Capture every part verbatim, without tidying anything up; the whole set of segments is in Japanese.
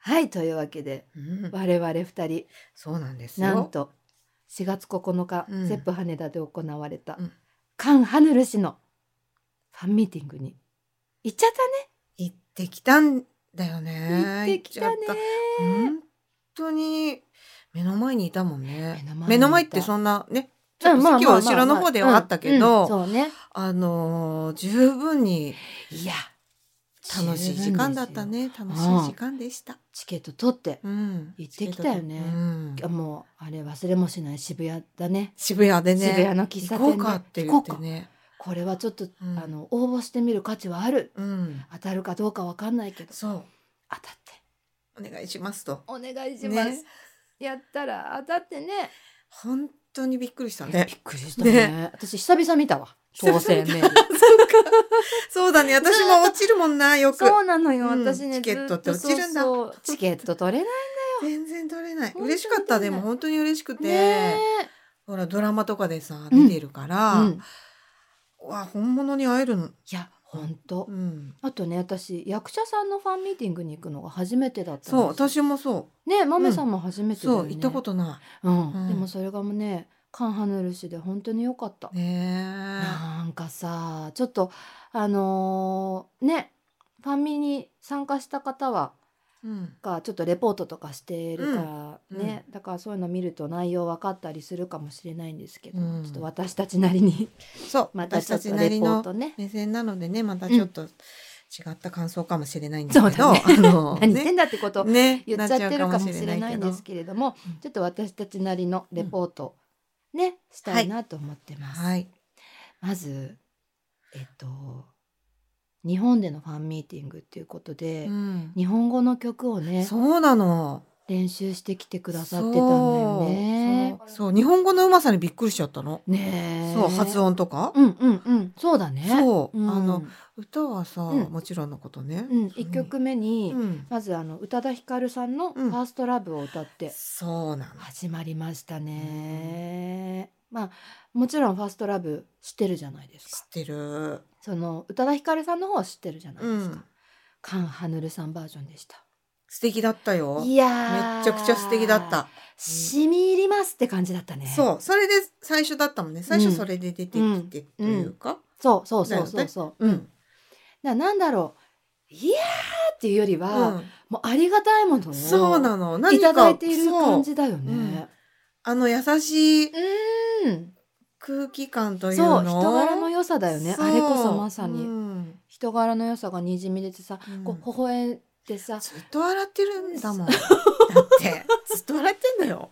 はい、というわけで、 うん、 我々ふたりそうなんですよ。 なんとしがつここのか、 うんゼップ羽田で行われた、 うんカン・ハヌル氏のファンミーティングに行っちゃったね。 行ってきたんだよね。 行ってきたね。 行っちゃった。本当に目の前にいたもんね。 目の前にいた目の前ってそんなね、ちょっとうんまあ席は後ろの方ではあったけまあまあまあうんど、 うんそうね。 あのー十分にいや楽しい時間だったね。楽しい時間でした。 チケット取ってうん、 行ってきたよね。 うんあもうあれ忘れもしない渋谷だね。 渋谷でね、 渋谷の喫茶店で行こうかって言ってね。 これはちょっと、 うんあの応募してみる価値はある。 うん、 当たるかどうかわかんないけど、 そう当たってお願いしますと。 お願いします。 ね、 やったら当たってね。 本当にびっくりしたね。 びっくりしたね。 ね私久々見たわ。当選メール。 そうか。そうだね。私も落ちるもんな、よく。 そうなのよ。 うん私ね、 チケットって落ちるんだ。 そうそうチケット取れない全然取れない。 本当に嬉しかった。でも本当に嬉しくて、 ねほらドラマとかでさうん出てるから、 うん。 わ本物に会えるの。 いや本当。 うん。 あとね、私役者さんのファンミーティングに行くのが初めてだったんです。 そう、私もそね、豆さんも初めう。 てだよね。 そう、行ったことなうん。 うんでもそれがもうね、カン・ハヌル氏で本当に良かった。 い。ねなんかさ、ちょっとあのーね、ファンミに参加した方はえ。うん。 がちょっとレポートとかしてるからうんね、だからそういうの見ると内容分かったりするかもしれないんですけど、 うんちょっと私たちなりにそう、 また私たちょっとレちなりのポートね。 目線なのでね、またちょっと違った感想かもしれないんですけど、 そうだねあの何言ってんだってことね、 言っちゃってるかもしれなっちゃうないんですけれども、 うんちょっと私たちなりのレポートね、したいなと思ってます。 はい。 まずえっと日本でのファンミーティングっていうことで、 うん日本語の曲をねそうなの。 練習してきてくださってたんだよね。 そう、そう、日本語のうまさにびっくりしちゃったの。 ねえ。 そう、発音とか。 うんうんうんそうだね。 そう、 んあの歌はさ、 うんもちろんのことね。 うん一曲目に、 うん、 まずあの宇多田ヒカルさんの「フうんァーストラブを歌ってそうなの。 始まりましたね。まあもちろん「ファーストラブ知ってるじゃないですか。 知ってる。 その宇多田ヒカルさんの方は知ってるじゃないですか。 うんカン・ハヌルさんバージョンでした。 素敵だったよ。 いやーめっちゃくちゃ素敵だった。 染み入りますって感じだったね。 そう、それで最初だったもんね。最初それで出てきてというか。 そうそうそうそうそう。うん。だなんだろう、いやーっていうよりは、 うんもうありがたいものをそうなの。 い何かただいている感そうじだよね。 あの優しいうん。 空気感というそうの。 人柄の良さだよね。 そうあれこそまさに、 うん人柄の良さがにじみ出てさ、 うんこう微笑んでさ、 ずっと笑ってるんだもん。だってずっと笑ってんだよ。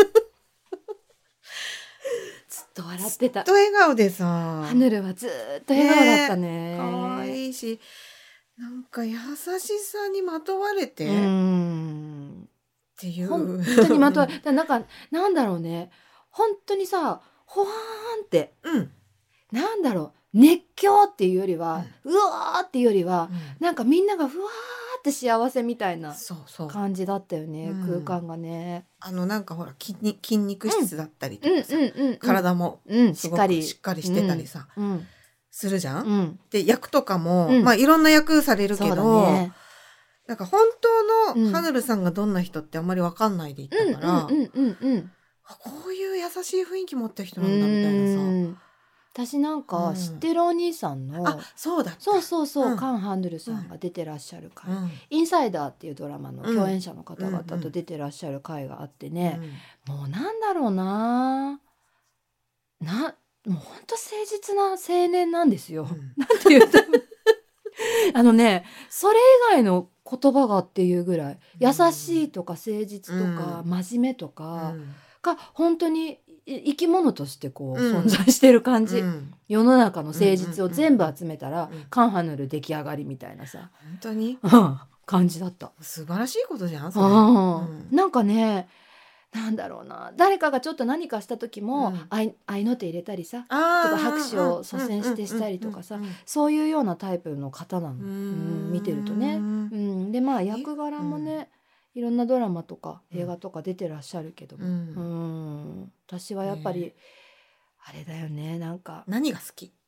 ずっと笑ってたずっ。と笑顔でさ。 ハヌルはずーっと笑顔だったね。 可愛いし、なんか優しさにまとわれてうっん。 ていう。 本当にまとわれ、だなんかなんだろうね。本当にさ、ほわーんってうん。 なんだろう熱狂っていうよりは、うわーっていうよりは、 うんなんかみんながふわーって幸せみたいなそうそう。 感じだったよね、 うん空間がね。 あのなんかほら筋肉筋肉質だったりとうんうんかさ、 うんうん。 体もうんすごくしっかりしっかりしてたりさ、 うんするじゃん。 うん。 で役とかも、 うんまあいろんな役されるけそうだど、 ね。 なんか本当うんのハヌルさんがどんな人ってあんまりわかんないでいうんったから、 うんうんうんうん。 あこういう優しい雰囲気持った人なんだみたいなさ。 うん私なんうんか知ってるお兄さんの、 あそうだった。 そうそうそう、 うんカン・ハンドルさんが出てらっしゃる回、 うんインサイダーっていうドラマのうん共演者の方々 うんうんと出てらっしゃる回があってね、もうなんだろうななもうほんと誠実な青年なんですよ、 うんなんていうとあのねそれ以外の言葉がっていうぐらい優しいとか誠実とか真面目とうかんが本当にい生き物としてこううん存在してる感じ、 うん世の中の誠実を全部集めたら、 うんカンハヌル出来上がりみたいなさ、 本当にうん感じだった。 素晴らしいことじゃんそれ。 うんうんなんかねなんだろうな誰かがちょっと何かした時も、 うん愛愛の手入れたりさあーとか拍手を率先してしたりとかさうんうんうんそういうようなタイプの方なの、 ううんん見てるとね。うん、でまあ役柄もね、いろんなドラマとか映画とか出てらっしゃるけども、 ううんん私はやっぱり、 ねあれだよねなんか何が好き？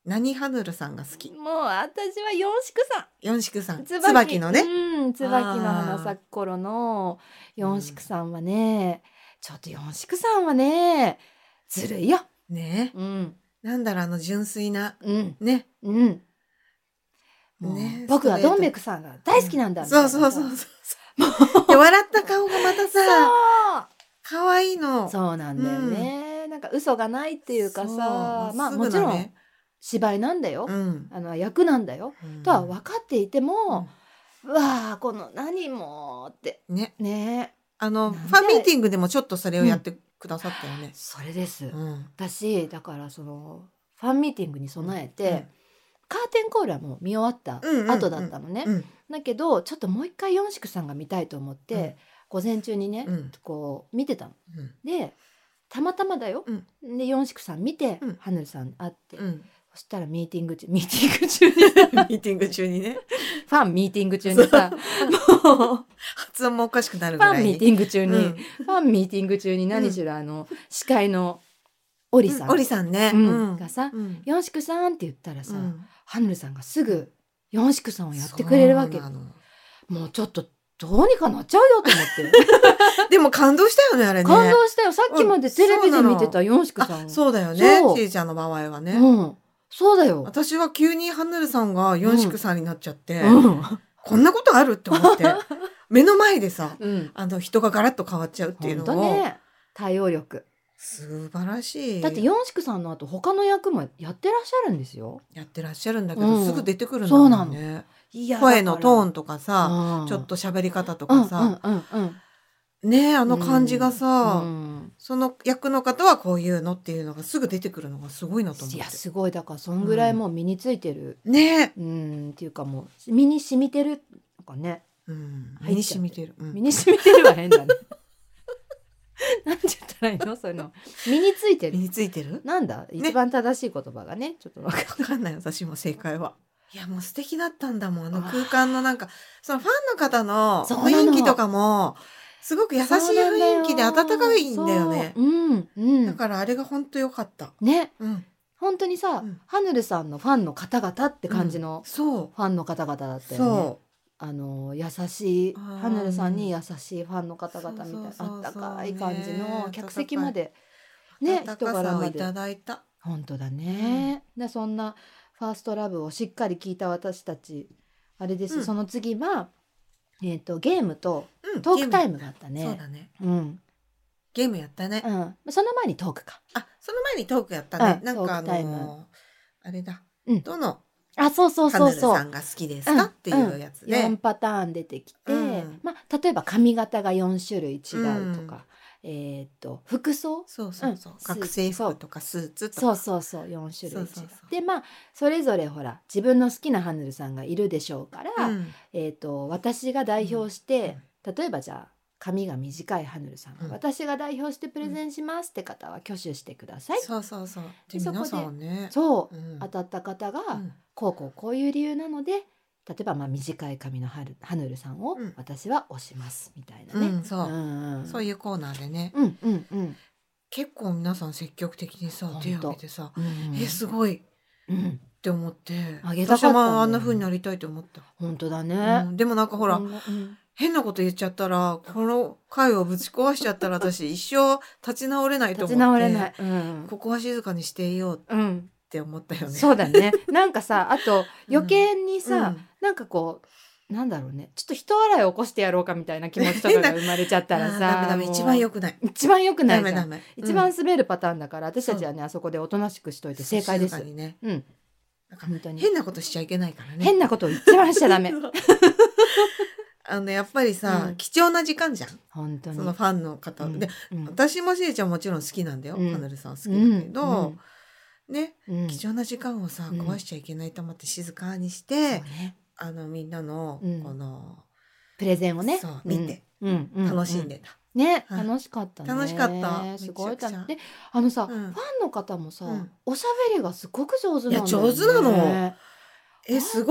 何ハヌルさんが好き？ もう私はヨンシクさヨンシクさん、 ん。 椿のね、 うん、椿の花咲く頃のヨンシクさんはね、ちょっとヨンシクさんはね、ずるいよ。 ね、 うん、 なんだろう、あの純粋なうん、 ね、 うん。もうね僕はストレートどんべくさんが大好きなんだみたいそうなさ。 そうそうそう。で笑った顔がまたさ、 そ可愛いの。 うそうなんだよね、なんか嘘がないっていうかそうさ、まあまっもちろんすぐなね芝居なんだよ、 うんあの役なんだよ、 うんとは分かっていても、うわあこの何もってね、 ね。 あのなんでファンミーティングでもちょっとそれをやってくださったよね。 それです、 うん私だからそのファンミーティングに備えて、カーテンコールはもう見終わったうんうんうん後だったのね、 うんだけどちょっともう一回ヨンシクさんが見たいと思って、 うん午前中にね、 うんこう見てたのうんで、たまたまだよ、でヨンシクさん見て、 うんハヌルさん会って、 うんそしたらミーティング中ミーティング中にミーティング中にね、 ファンミーティング中にさもう発音もおかしくなるフぐらいにァンミーティング中に、 うんファンミーティング中に何しろあの、司会のオリさん、 オリさんね、 うんがさ、 うんヨンシクさんって言ったらさ、 うんハヌルさんがすぐヨンシクさんをやってくれるわけ。 そうなの。 もうちょっとどうにかなっちゃうよと思ってでも感動したよね、あれね。 感動したよ。さっきまでテレビで見てたヨンシクさん。 あ、そうだよね。 そうしーちゃんの場合はね。 うん、そうだよ。 私は急にハヌルさんがヨンシクさんになっちゃって、 うんこんなことあるって思って、目の前でさ、 うん、 あの人がガラッと変わっちゃうっていうのを、 本当ね、対応力。 素晴らしい。 だってヨンシクさんの後他の役もやってらっしゃるんですよ。 やってらっしゃるんだけど、 うんすぐ出てくるんだもんね。 いや声のトーンととかさ、ちょっと喋り方とかさ、 うんうんうんねえ、あの感じがさ、 うんその役の方はこういうのっていうのがすぐ出てくるのがすごいなと思って。 いやすごい、だからそんぐらいもう身についてる、 ねえ、 うん、っていうかもう身に染みてるのかね。 うん、 入っちゃって身に染みてる。うん身に染みてるは変だねなんて言ったらいいの、そういうの。身についてる。 身についてる？ なんだ、一番正しい言葉がね、ちょっとわかんない。 わかんない、私も正解は。いやもう素敵だったんだもん、あの空間のなんかそのファンの方のそうなの雰囲気とかもすごく優しい雰囲気で温かいんだよね。 そううんうん。 だからあれが本当良かった。 ね、 うん、 本当にさ、 うんハヌルさんのファンの方々って感じのそファンの方々だっう、 たよね。 そあの優しいあーハヌルさんに優しいファンの方々みたいな、 そうそうそうそうあったかい感じのね客席までう、 ね、 温人かさをい柄までただいた。 本当だね、でそんなファーストラブをしっかり聞いた私たちあれですよ、 うんその次は、えー、とゲームとうんトークタイム。 ムがあったね。 そうだね。 うんゲームやったね。 うん、その前にトークか。 あ、その前にトークやったね。 うんなんかあトークタイムのーあれだ。 うんどのあそうそうハそうそうヌルさんが好きですかっていうやつで。 よんパターン出てきて、 うんまあ、例えば髪型がよん種類違うとか、えー、と服装そうそうそう。 うん学生服とかスーツとか。 そうそうそうよん種類違う。 そうそうそうでまあそれぞれほら自分の好きなハヌルさんがいるでしょうから、 うんえー、と私が代表して、例えばじゃあ髪が短いハヌルさん、 うん私が代表してプレゼンしますって方は挙手してください。 そうそうそう。ででそこで皆さんね。 そう、 うん当たった方が、 うんこうこうこういう理由なので例えばまあ短い髪のハルハヌルさんをうん私は推しますみたいなね。 うんそううんうん、 そういうコーナーでね。 うんうんうん結構皆さん積極的にさほんと手を挙げてさ、 うんえすごいっうんて思って、 あげたかったんだよね私はあんな風になりたいと思った。 本当だね。 うんでもなんかほら、 うんうん変なこと言っちゃったらこの回をぶち壊しちゃったら私一生立ち直れないと思って立ち直れない。うんここは静かにしていよううんって思ったよね。 そうだね。なんかさあと余計にさ、 うんなんかこうなんだろうねちょっと人洗い起こしてやろうかみたいな気持ちとかが生まれちゃったらあーさダメダメもう一番良くない。 一番良くないじゃん。 ダメダメ。 一番滑るパターンだから、私たちはねあそこでおとなしくしといて正解です。 静かにね。 うんなんか本当に変なことしちゃいけないからね。 変なことを一番しちゃダメ。 あのやっぱりさ、 うん貴重な時間じゃん。 本当にそのファンの方、 うんでうん私もしーちゃんもちろん好きなんだよ。 うんハヌルさん好きだけど、ね、 うんうん貴重な時間をさうん壊しちゃいけないと思って静かにしそうて、 ねあのみんなのうんこの、 プレゼンをねそう見て、 うんうん楽しんでた。 ね、 はい楽しかったね。 楽しかったすごいめちゃくちゃ楽しい。で、あのさ、 うんファンの方もさ、 うんおしゃべりがすごく上手なんだよね。 いや上手なのえすごいっ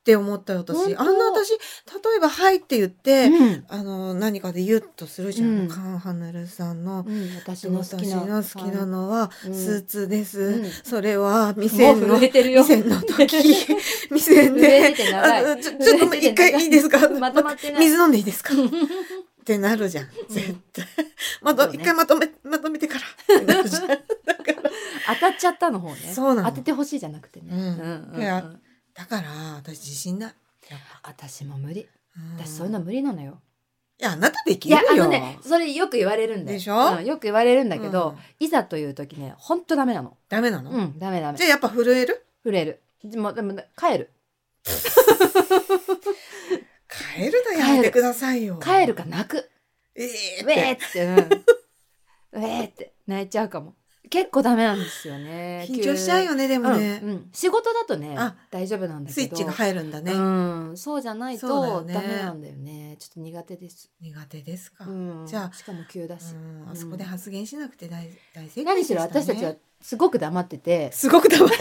って思ったよ私。 本当あんな私例えば「はい」って言って、 うんあの何かで言うとするじゃん、 うんカン・ハヌルさんの。 うん、私での好きな私の好きなのはうんスーツです、 うんそれは未もう線の震えてるよ未線の時未線震えでてて長いあのちょちょっともう一震えてて長い回いいですかまとまってない水飲んでいいですかってなるじゃん絶対、まとそうね一回まとめまとめてからってなるじゃんだから当たっちゃったの方ね。 そうなの当ててほしいじゃなくてね。 うんうんうんいやうんだから私自信ないやっ私も無理。 ぱ、 私そういうの無理なのよ。 いやあなたできいるよやあのね、それよく言われるんだよ。 でしょうんよく言われるんだけど、 うんいざという時ね、ほんとダメなの。 ダメなの、 うん、ダメダメじゃ。あやっぱ震える震える。でもでも帰る。 帰るのやめてくださいよ帰るか泣く。 ええウェーって、うん、ウェーって泣いちゃうかも。結構ダメなんですよね。 緊張しちゃうよねででもね、 うんうん、仕事だとねあ大丈夫なんだけどスイッチが入るんだね、 うん、そうじゃないそうだよとねダメなんだよね。ちょっと苦手です。 苦手ですか、 うん、 じゃあしかも急だし、 うんあそこで発言しなくて大大正解何しろでしたね私たちはすごく黙っててすごく黙って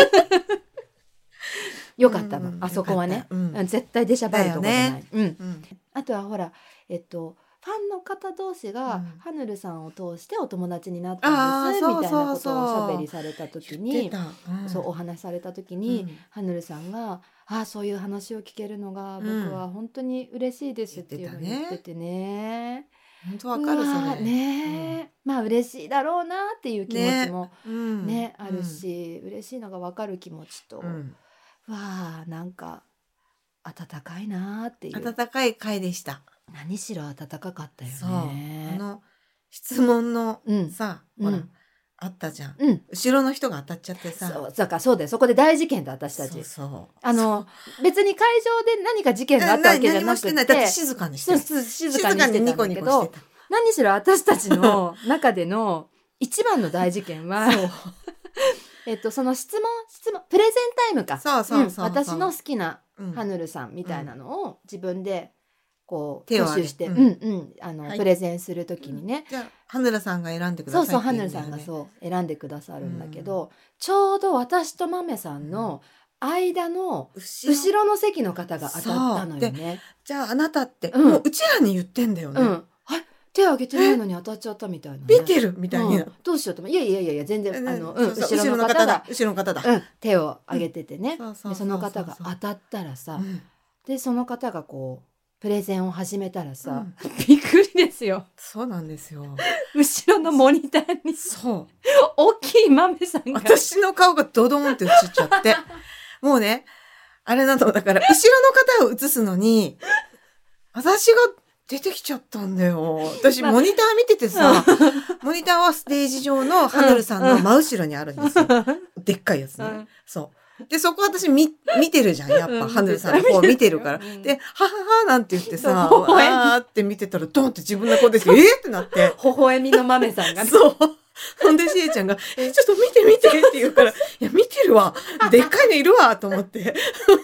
よかったの、 うんあそこはねよかっ、たうんうん絶対出しゃばるとこじゃない、 だようん、 うんあとはほらえっとファンの方同士が、 うんハヌルさんを通してお友達になったんですあーみたいなことそうそうそうをおしゃべりされた時言っにてた、うんそうお話しされた時に、 うんハヌルさんが「ああそういう話を聞けるのがうん僕は本当に嬉しいです」っていうのを言ってたね言っててね。 本当わかるそうわーれねえ、まあ嬉しいだろうなっていう気持ちもうんね、あるし、嬉しいのが分かる気持ちと、 うんわあなんか温かいなっていう。 温かい回でした何しろ温かかったよそうね。 あの質問のうんさ、 うんほらあったじゃんうん、 後ろの人が当たっちゃってさそうだからそうだよ、そこで大事件だ私たち。 そうそうあの別に会場で何か事件があったわけじゃなくて、 何もしてないだって静かにしてそうるそう静かにしてたんだけど、 ニコニコしてた何しろ私たちの中での一番の大事件はそうえっとその質問質問プレゼンタイムか。 そうそうそうそうん私の好きなうんハヌルさんみたいなのを自分でこう手を挙げ挙手して、 ううんんうんあの、 はいプレゼンするときにね、 じゃあハヌラさんが選んでくだそうさいってそうハヌルさ言うんだよねんがそう選んでくださるんだけど、ちょうど私とマメさんの間の後ろ後ろの席の方が当たったのよね。 じゃああなたって、 うんもううちらに言ってんだよね、 うん、はい手挙げてないのに当たっちゃったみたいな、ね。 見てるみたいにな、 うんどうしようと思ういやいやいやいや全然あの、うん、 そうそう後ろの方が後ろの方だ、 うん、手を挙げててね、 そうそうそうそうでその方が当たったらさ、 うんでその方がこうプレゼンを始めたらさ、 うんびっくりですよ。 そうなんですよ後ろのモニターにそう大きいマメさんが私の顔がドドンって映っちゃってもうねあれなのだから後ろの方を映すのに私が出てきちゃったんだよ私まあモニター見ててさモニターはステージ上のハヌルさんの真後ろにあるんですよでっかいやつね、 うんそうでそこ私見見てるじゃんやっぱ、 うんハヌルさんの方見てるから、 うんではははなんて言ってさそう微笑みあーって見てたらドンって自分の子でえーってなって微笑みのマメさんがねそう。ほんで、しえちゃんが、え、ちょっと見て見てって言うから、いや、見てるわ。でっかいのいるわ、と思って。 でも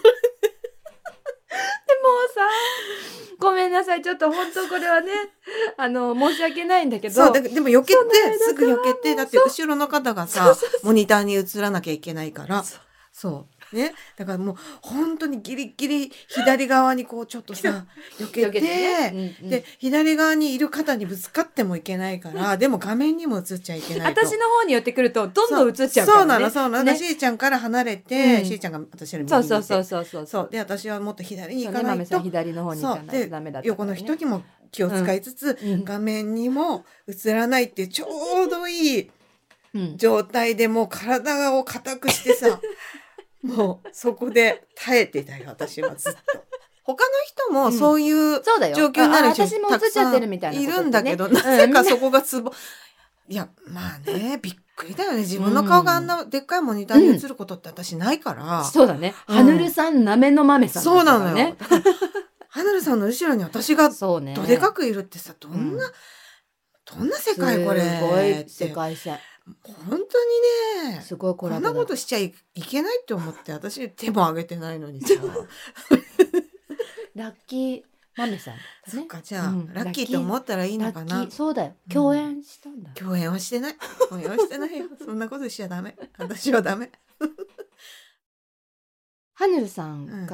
さごめんなさいちょっと本当これはねあの申し訳ないんだけどそう、だでも避けてその間、さすぐ避けて、だって後ろの方がさ、モニターに映らなきゃいけないから、 そうそう。ね。だからもう、本当にギリギリ左側にこう、ちょっとさ、避けて、 ねうんうんで、左側にいる方にぶつかってもいけないから、でも画面にも映っちゃいけないと。 私の方に寄ってくるとどんどん映っちゃうからね。 そうなの、そうなの。 ねしーちゃんから離れて、 うんしーちゃんが私より右にいて。 そうそうそうそうそうそう。で、私はもっと左に行かそうね、 ないと。 豆さん左の方に行かないそうとダメだったからね。 で、横の人にも気を使いつつ、 うん画面にも映らないっていうちょうどいいうん状態でもう体を硬くしてさ、もうそこで耐えてたよ、私はずっと。他の人もそういうそうだよ。 状況になる人あ私も映っちゃってるみたいなこといってねるんだけど、 うんなぜかそこがツボ。いや、まあね、びっくりだよね。自分の顔があんなでっかいモニターに映ることって私ないから。 そうだね。 うんハヌルさんなめの豆さんだそうからね。 なのよ。だからハヌルさんの後ろに私がそうね。 どでかくいるってさ、どんな、 うんどんな世界これすごいって世界線。 本当にね、 すごいコこんラボだなことしちゃいいけないって思って私手も挙げてないのにさ。 ラッキー豆さんだったね。 そっか、じゃあ、 うんラッキーって思ったらいいのかなラッキー。そうだよ。共演したんだ。 共演はしてない。共演はしてないよ。そんなことしちゃダメ。私はダメ。 ハヌルさんが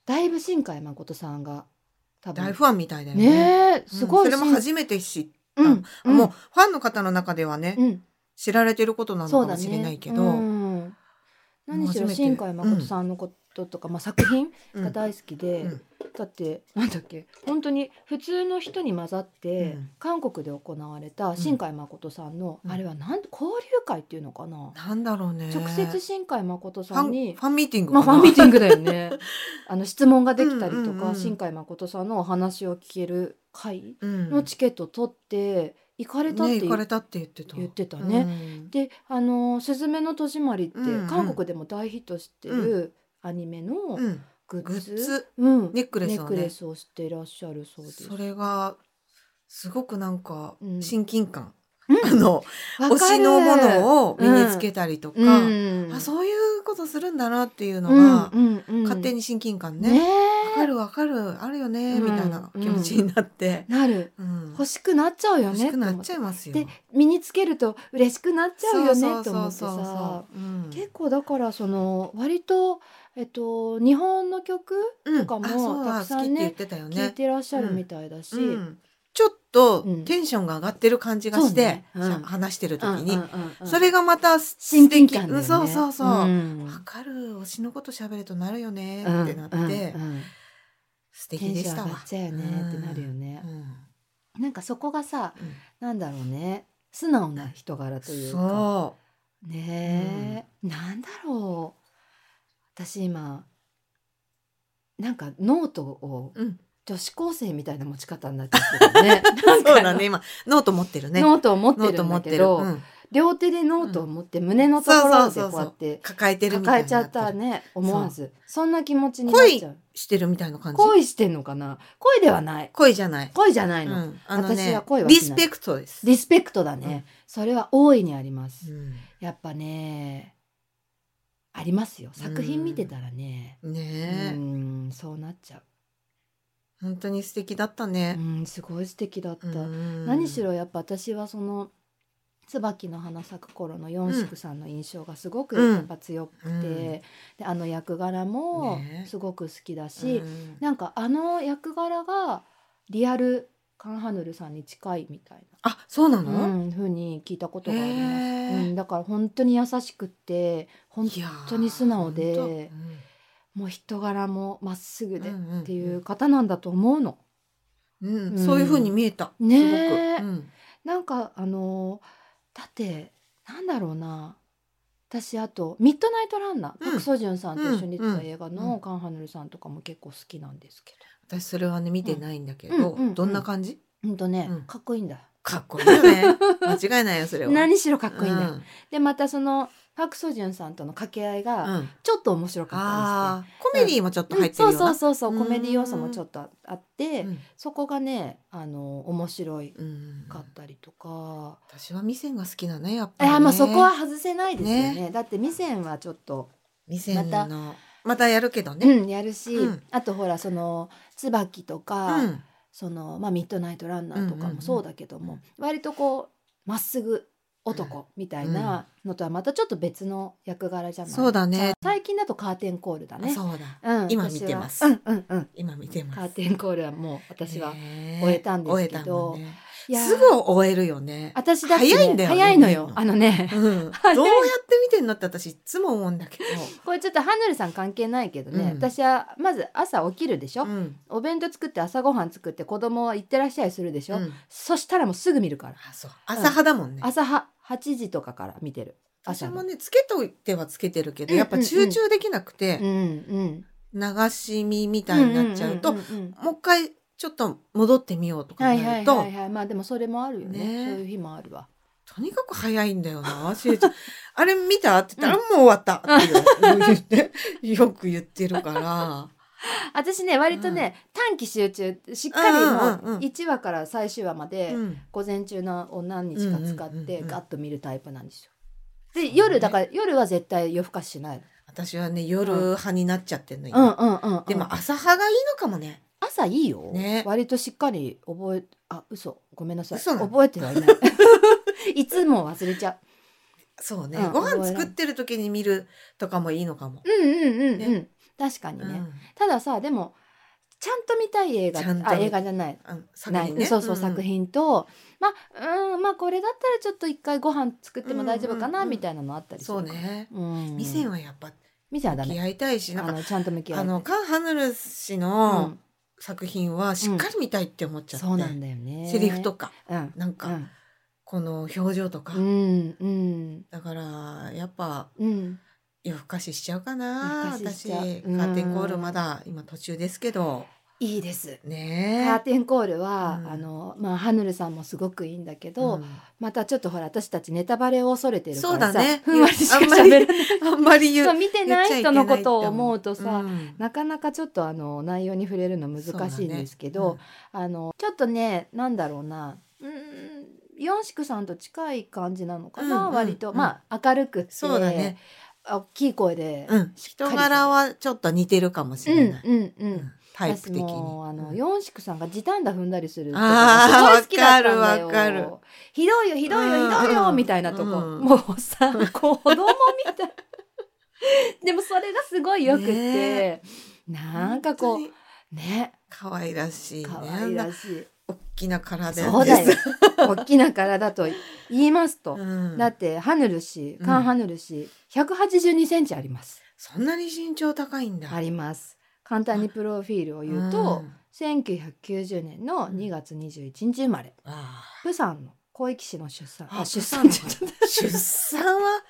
だいぶ新海誠さんが多分大ファンみたいだよね。 ねえすごい、 うんそれも初めて知った、 うんうんもうファンの方の中ではね、 うん知られてることなのかもしれないけど、 そうだねうん何しろ初めて新海誠さんのこととか、まあ、作品うんが大好きで、 うんだってなんだっけ本当に普通の人に混ざって、 うん韓国で行われた新海誠さんの、 うんあれはなん交流会っていうのかな、 なんだろうね。 直接新海誠ファンさんにファンミーティングまあ、 かな、 ファンミーティングだよねあの質問ができたりとか、 うんうんうん新海誠さんのお話を聞ける会うんのチケットを取って行かれたってね、 言,、 行かれたって言ってた言ってたねうんであの「すずめの戸締まり」って、 うんうん韓国でも大ヒットしてるアニメのうんグッズ,、 グッズうん、 ネックレスをねネックレスをしていらっしゃるそうです。 それがすごくなんかうん親近感、 うんあのわかる推しのものを身につけたりとか、 うんあそういうことするんだなっていうのうんが、 うんうん勝手に親近感ね、 ねわかるわかるあるよね、 うんみたいな気持ちになって、 なるうん欲しくなっちゃうよね欲しくなっちゃいますよ。 で身につけると嬉しくなっちゃうよねそうと思ってそうそうそうさうん結構だからその割と、えっと、日本の曲とかうんあそうもただくさんね好きって言ってたよ聴いね。 てらっしゃるみたいだし、 うんちょっとうんテンションが上がってる感じがして、 そうねうんしゃ話してる時に、 うんうんうんうんそれがまた親素敵近感だよね。 うんそうそうそう、わんかる推しのこと喋るとなるよねうんってなって、 うんうん素敵テンでしたわション上がっ。ちゃうよねってなるよねう。んなんかそこがさうんなんだろうね素直な人柄というかそねえ、なんだろう私今なんかノートをう、うん、 女子高生みたいな持ち方になっちゃってるねなんかそうだね今ノート持ってるね。 ノートを持ってノーるんト持ってる、 だけど、 うん両手でノートを持って胸のところでそうそうそうそうこうやって抱えてるみた抱えちゃいになっるってたね思わずそんな気持ちになっちゃうしてるみたいな感じ。 恋してんのかな恋ではない恋じゃない。 恋じゃないの、 うん、あのね私は恋はしないリスペクトです。 リスペクトだね、 うんそれは大いにあります、 うんやっぱねありますよ作品見てたらねうねえ、 んそうなっちゃう本当に素敵だったうね。 んすごい素敵だった、 うん何しろやっぱ私はその椿の花咲く頃の四宿さんの印象がすごくうんやっぱ強くて、 うんであの役柄もねすごく好きだし、 うんなんかあの役柄がリアルカンハヌルさんに近いみたいあそうなな、 の、 うん、ふうに聞いたことがあります、 へーうん、だから本当に優しくって本いやー当に素直本でもう人柄もまっすぐでっ当うんうんうんていう方なんだと思うの。 うんうんそういう風に見えた。 ねえすごく、うんなんかあのだってなんだろうな私あと「ミッドナイトランナー」 うんパク・ソジュンさんと一緒に出てた映画うんのカン・ハヌルさんとかも結構好きなんですけ私それはね見てないんだけど、 うんうんうんどんな感じ？ どほんとね、 うんかっこいいんだよ。 かっこいいよね。間違いないよそれは。 何しろかっこいいんだよ。 うんでまたそのパク・ソジュンさんとの掛け合いがうんちょっと面白かったりして。 あーコメディもちょっとうん入ってるような。 そうそうそうそううんコメディ要素もちょっとああって、 うんそこがねあの面白いうんかったりとか、 私はミセンが好きなねやっぱりね。 いやまあそこは外せないですよねだってミセンはちょっと、 ミセンまのまたやるけどね。 うん、やるし、 うんあとほらその椿とか、 うんそのまあ、ミッドナイトランナーとかうんうんうんもそうだけども、割とこうまっすぐ男みたいなのとはまたちょっと別の役柄じゃない。 そうだね。 最近だとカーテンコールだね。 そうだ。 うん、 今私は見てますうんうんうん。 今見てます。 カーテンコールはもう私はね終えたんですけど終えたもんねいやーすぐ終えるよね。 私だって、ね、 早いんだよね早いのよ見るのあのねうん、どうやって早い見てんのって私いつも思うんだけこれちょっとハヌルさん関係ないけどね、 うん私はまず朝起きるでしょ、 ど。うんお弁当作って朝ごはん作って子供は行ってらっしゃいするでしょ、 うんそしたらもうすぐ見るからあそう朝派だもんね。 朝ははちじとかから見てる朝の私もねつけといてはつけてるけど、 うんやっぱ集中できなくて、 うんうん流し見みたいになっちゃうと、 んんんんもう一回ちょっと戻ってみようとかはいなると、 はいはいはいまあでもそれもあるよねねそういう日もあるわとにかく早いんだよな。しえちゃんあれ見たって言ったら、もう終わったっていう言ってよく言ってるから。 私ね割とね、短期集中しっかりうんうんうんうんもういちわから最終話までうん午前中のを何日か使っうんうんうんうんてガッと見るタイプなんですよでそうね夜だから夜は絶対夜更かししない私はね夜派になっちゃってんののうん今、 うんうん、うん、 でも朝派がいいのかもね。 朝いいよ、 ね割としっかり覚えあ嘘ごめんなさい嘘なの覚えてはいないいつも忘れちゃそうね、 うんご飯作ってる時に見るとかもいいのかも。 ううんうんうんうん、 ね確かにね、 うんたださでもちゃんと見たい映画ちゃんとあ映画じゃないあ作ない品ねそうそう、 ん作品とまあうんまあこれだったらちょっと一回ご飯作っても大丈夫かな、 うんうんうんみたいなのあったりするからそうねうん店はやっぱ店はダメ向き合いたいしなんかあのちゃんと向き合いあのカン・ハヌル氏うのん、 作品はしっかり見たいって思っちゃって、 そうなんだよねセリフとかうんなんか、 うんこの表情とか、 うんうんだからやっぱうん夜更かししちゃうかな。 夜更かしし私ちゃうカーテンコールまだ今途中ですけどいいですカーねテンコールは、 うんあのまあハヌルさんもすごくいいんだけえ、 ど、 うんまたちょっとほら私たちネタバレを恐れてるかそうらさ、 だねふんわりしかあんまり喋らないあんまり言うそう見てない人のことを思うとさ、 うんなかなかちょっとあの内容に触れるの難しいんですけど、あのちょっとねなんだろうなうーんヨンシクさんと近い感じなのかな、 うんうん割と、 うんまあ明るくってそうだね大きい声で、 うん、人柄はちょっと似てるかもしれない、 うんうんうん、 うんタイプ的に私もあの、 うんヨンシクさんが時短だ踏んだりするとあーかすごい好きだったんだよ。 わかるわかるひどいよひどいよひどいよ、 うんみたいなとこ、 うんもうさ子供みたいでもそれがすごいよくって、 ねなんかこ本当にうね可愛らしいね可愛らしい、 大きな体ですそうだよ大きな体と言いますと、 うんだってハヌル氏うんカン・ハヌル氏ひゃくはちじゅうにセンチあります、 そんなに身長高いんだあります簡単にプロフィールを言うと、 うんせんきゅうひゃくきゅうじゅうねんのにがつにじゅういちにち生まれ、 あプサンの広域市の出産ああ出プサンの産って言っちゃった出産は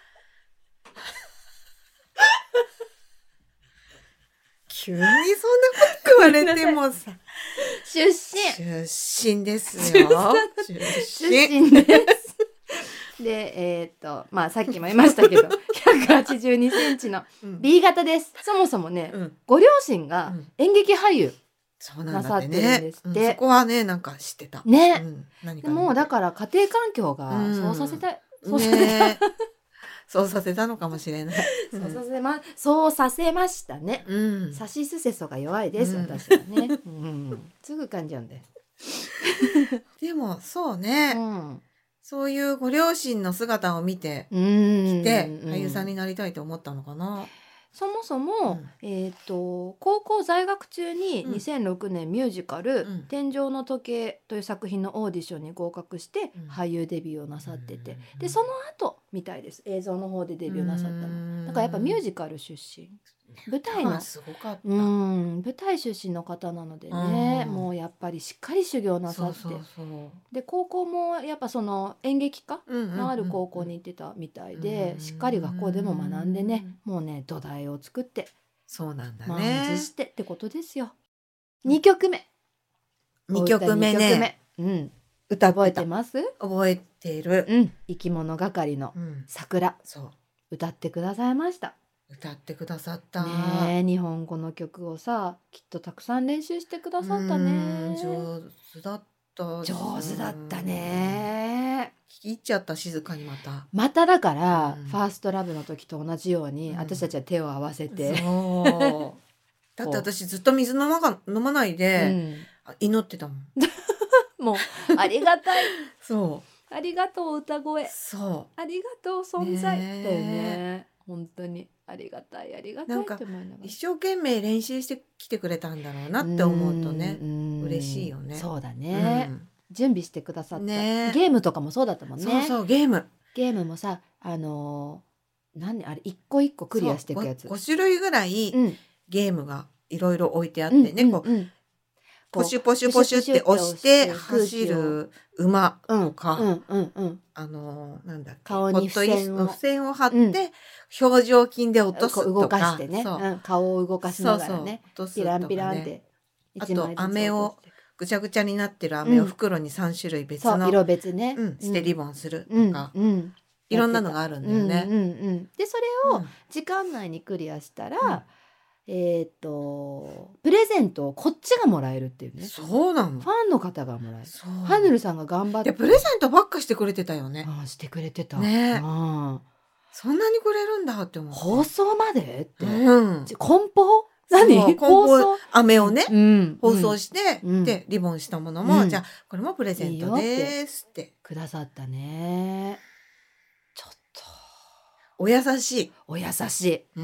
急にそんなこと言われてもさ出身出身ですよ出出身身ですでえーっとまあさっきも言いましたけどひゃくはちじゅうにセンチのうんビー 型です。そもそもね、 うんご両親がうん演劇俳優、 そうなんだってなさってるんねですってうんそこはねなんか知ってたねうん何でかねもうだから家庭環境がうんそうさせたい、そうさせたねそうさせたのかもしれないそうさせまそうさせましたね。 うんさしすせそが弱いです、 うん私はね、うん、すぐ噛んじゃうんで、 でもそうね、 うんそういうご両親の姿を見てうんきて、 うん俳優さんになりたいと思ったのかな。 そもそも、 うんえー、と高校在学中にうんにせんろくねんミュージカルうん 「天井の時計」という作品のオーディションに合格してうん俳優デビューをなさってて、 うんでその後みたいです映像の方でデビューなさったうのんだからやっぱミュージカル出身舞台のあすごかった。 うん舞台出身の方なのでね、 うんもうやっぱりしっかり修行なさってそうそうそう。 で高校もやっぱその演劇科うんうんうんのある高校に行ってたみたいで、 うんしっかり学校でも学んでね、もうね土台を作ってそうなんだ満ねを持。してってことですよ。にきょくめ二曲目お歌にねきょくめうん、 歌覚えってた。 ます覚えている。 うん生き物係のうん桜そう歌ってくださいました歌ってくださった。 ねえ日本語の曲をさきっとたくさん練習してくださったうんね上手だった。 上手だったね聞き入っちゃった静かにまた。 まただから、 うんファーストラブの時と同じように、 うん私たちは手を合わせて、 そう。だって私ずっと水飲まが飲まないで、あ祈ってたもん。 うん、もうありがたいそう。 ありがとう歌声そありがとう存在、 ねえだよね本当にありがたいありがたいって思いながう。 ら一生懸命練習してきてくれたんだろうなって思うとね。 ん嬉しいよねそうだね、 うん準備してくださった、 ねゲームとかもそうだったもんねそうそうゲーム。 ゲームもさあのー何あれ一個一個クリアしていくやつそうごご種類ぐらいうんゲームがいろいろ置いてあってね、こううんうんポシュポシュポシュって押して走る馬うんとか、 うんうんうんあのーなんだっけ顔にホットイース付箋を付箋を貼って、 うん表情筋で落とすとかこう動かしてね、 そううん、顔を動かしながらねそうそう落とすとかねピランピランってあと一枚ずつ飴を落としていくぐちゃぐちゃになってる飴をうん袋にさん種類別そうの、 色別ね、 うん、してリボンするとうんか、 うんいろんなのがあるんだよね。 うんうんうん、でそれをうん時間内にクリアしたら、 うんえっ、とプレゼントをこっちがもらえるっていうねそうなのフ。ァンの方がもらえるそうハヌルさんが頑張ってでプレゼントばっかしてくれてたよね。 うんしてくれてた、 ねうんそんなにくれるんだって思って。 放送までって、 うん。 ち梱包何そう梱放包送、 飴をね、 うん、 包装しして、 うんでリボンしたものも、 うんじゃあこれもプレゼントですってくださったねちょっとお優しい。 お優しいうん。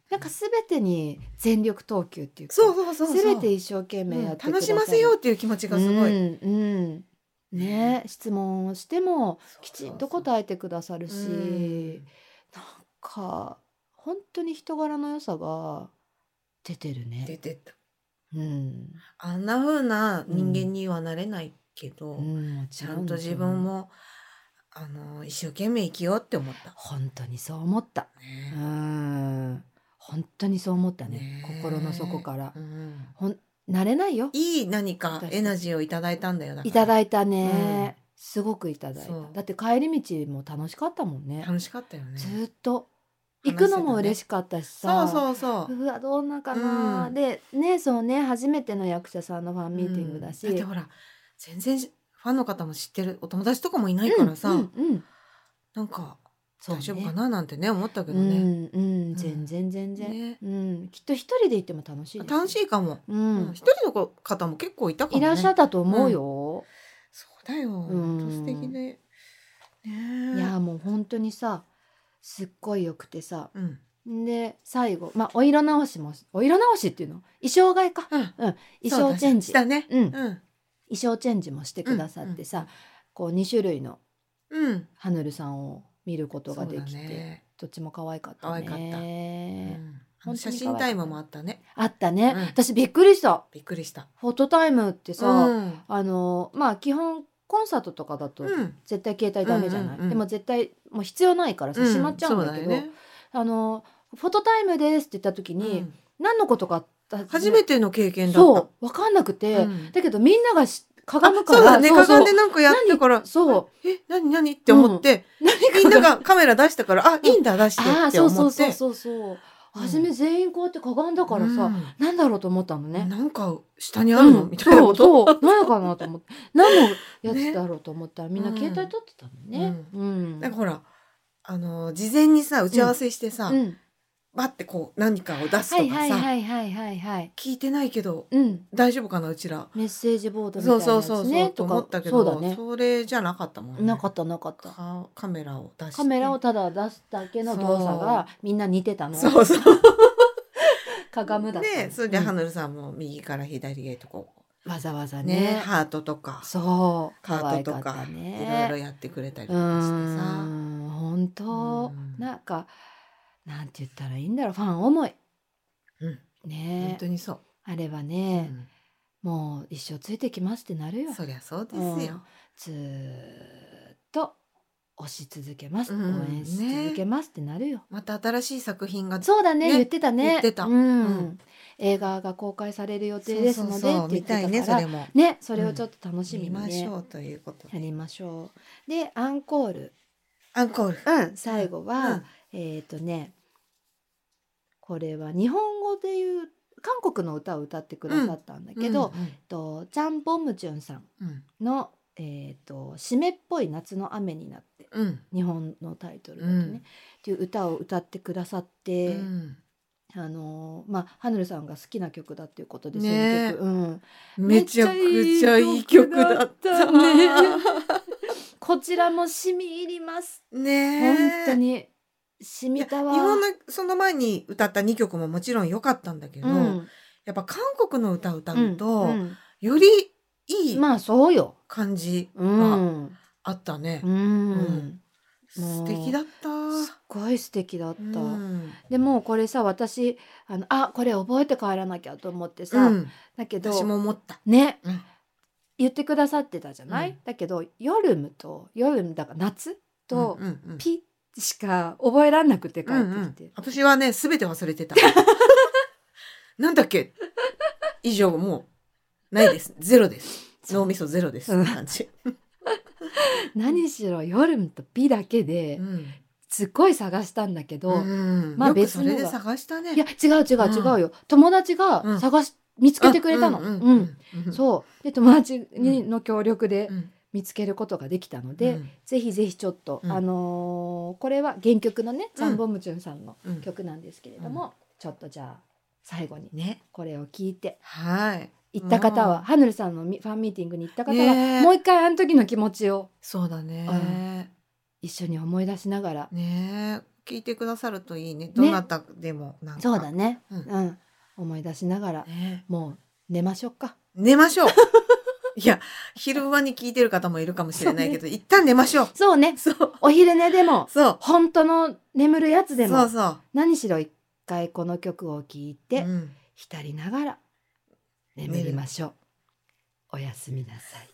なんか全てに全力投球っていうか、 そうそうそうそう、 全て一生懸命やってくださる、 うん楽しませようっていう気持ちがすごい、 うんうんね、質問をしてもきちんとそうそうそう答えてくださるし、 うんなんか本当に人柄の良さが出てる出ね。 てた。 うん、 あんな風な人間にはなれないけど、 うん、もちろんちゃんと自分もあの一生懸命生きようって思った。 本当にそう思った。うねん、本当にそう思ったね。 ね心の底からう。んほんなれないよ。 いい何か私たちエナジーをいただいたんだよ。だからいただいたね、すごくいただいた。 そうだって帰り道も楽しかったもんね。 楽しかったよね。 ずーっと行くのも嬉しかったしさ、 そうそうそう。 うわどんなかな、 うんでね、そうね、初めての役者さんのファンミーティングだし、 うんだってほら全然ファンの方も知ってるお友達とかもいないからさ、 うんうんうん、 なんかそうね大丈夫かななんてね思ったけうどね、 んうん、全然全然、 ねうん、きっと一人で行っても楽しいですよ。 楽しいかも、 ううんん、 一人の方も結構いたかもね。 いらっしゃったと思うよ。 そうだよ、 うんほんと素敵でね。 いやもう本当にさ、すっごいよくてさ、 うんで最後、まあ、お色直しもお色直しっていうの衣装替えか、 うんうん、衣装チェンジ、 したね。 うんうん衣装チェンジもしてくださってさ、こうに種類のうんハヌルさんを見ることができて、 そうだねどっちも可愛かったね。 可愛かったうんあの本当写に可愛かった真タイムもあったね。 あったね、 うん私びっくりした。 びっくりした。 フォトタイムってさ、 うんあのまあ基本コンサートとかだとうん絶対携帯ダメじゃない、 うんうんうんでも絶対もう必要ないからさ、しまっちゃうんだけど、 そうよねあのフォトタイムですって言った時に、 うん何のことかって初めての経験だった。 そう分かんなくて、 うんだけどみんながしかがむあからそうだね、 そうそうかがんでなんかやってからそうえ何何って思って、 何みんながカメラ出したからあいいんだ出してああってそうそう思ってそうそうそう、 うん初め全員こうやってかがんだからさ、 うんなんだろうと思ったのね。 なんか下にあるの、 うんみたいなことそうそう何やかなと思って何のやつだろうと思ったら、みんな携帯撮ってたのね。うんなんかほらあの事前にさ打ち合わせしてさ、 うんバッてこう何かを出すはいはいとかさ、 はいはいはいはい、 聞いてないけどうん、 大丈夫かなうちら。 メッセージボードみたいそうなやつそうそうそう、 ねとと思っかたけどそうだね、 それじゃなかったもんね。 なかったなかった。 かカメラを出してカメラをただ出すだけの動作がみんな似てたの。 そうそうかがむだったの。 ねそれでうんハヌルさんも右から左へとこわざわざうねねハートとかそうハ可愛かっートとかたね。 いろいろやってくれたりとうかしてーさ。 ん本当、 うんなんかなんて言ったらいいんだろう、ファン思いうん本ね当にそう。 あればうね、 んもう一生ついてきますってなるよ。 そりゃそうですうんよ。 ずーっと推し続けます、 うん応援し続けますってなるよ。 また新しい作品がそうだね、 ね言ってたね。 言ってたうんうん映画が公開される予定ですのでって言って見たいねたからそれも。 ね、それをちょっと楽しみ見まにね、 しょうということで。 やりましょう。でアンコール、 アンコール。 うん、最後は、 うんえっ、とねこれは日本語でいう韓国の歌を歌ってくださったんだけど、 うんえっとチャン・ボムジュンさんうんの、えー、と湿っぽい夏の雨になってうん日本のタイトルだとね、 うんっていう歌を歌ってくださっうて、 んあのーまあハヌルさんが好きな曲だっていうことで、 ねえその曲、うん、 めちゃくちゃいい曲だっためっちゃいい曲だったねこちらも染み入りますね本え当に染みたわ。 日本のその前に歌ったにきょくももちろん良かったんだけど、 うんやっぱ韓国の歌を歌うと、 うんよりいいまあそうよ、 感じうがんあったね。 うんうんもう素敵だった。 すっごい素敵だった、 うんでもこれさ私あのあこれ覚えて帰らなきゃと思ってさ、 うんだけど私も思った。 ねうん言ってくださってたじゃない、 うんだけどヨルムとヨルムだから夏とうんうんうんピしか覚えらんなくて帰うんうんってきて、 私はね全て忘れてた。なんだっけ以上もうないです。ゼロです。脳みそゼロです。 うん感じ。 何しろヨルムとピだけでうんすっごい探したんだけど、 うんまあよく別のがそれで探したね。 いや違う違う違うよ、友達が探し見つけてくれたの、 うんうんうんうんそうで友達にの協力でうん見つけることができたので、 うんぜひぜひちょっと、 うんあのーこれは原曲のねチャン・ボムチュンさんのうん曲なんですけれども、ちょっとじゃあ最後にねこれを聞いてはい行った方は、 うんハヌルさんのミファンミーティングに行った方は、 ねえもう一回あの時の気持ちをそうだね一緒に思い出しながら、 ねえ聞いてくださるといいね。どなたでもなんか。 そうだね、 ううんん、思い出しながら、 ね、 もう寝ましょうか。 寝ましょう。いや、昼間に聞いてる方もいるかもしれないけど、一旦寝ましょう。 そうね、 そう。 お昼寝でもそう。 本当の眠るやつでも、 そうそう。 何しろ一回この曲を聴いて、 うん、 浸りながら眠りましょう。おやすみなさい。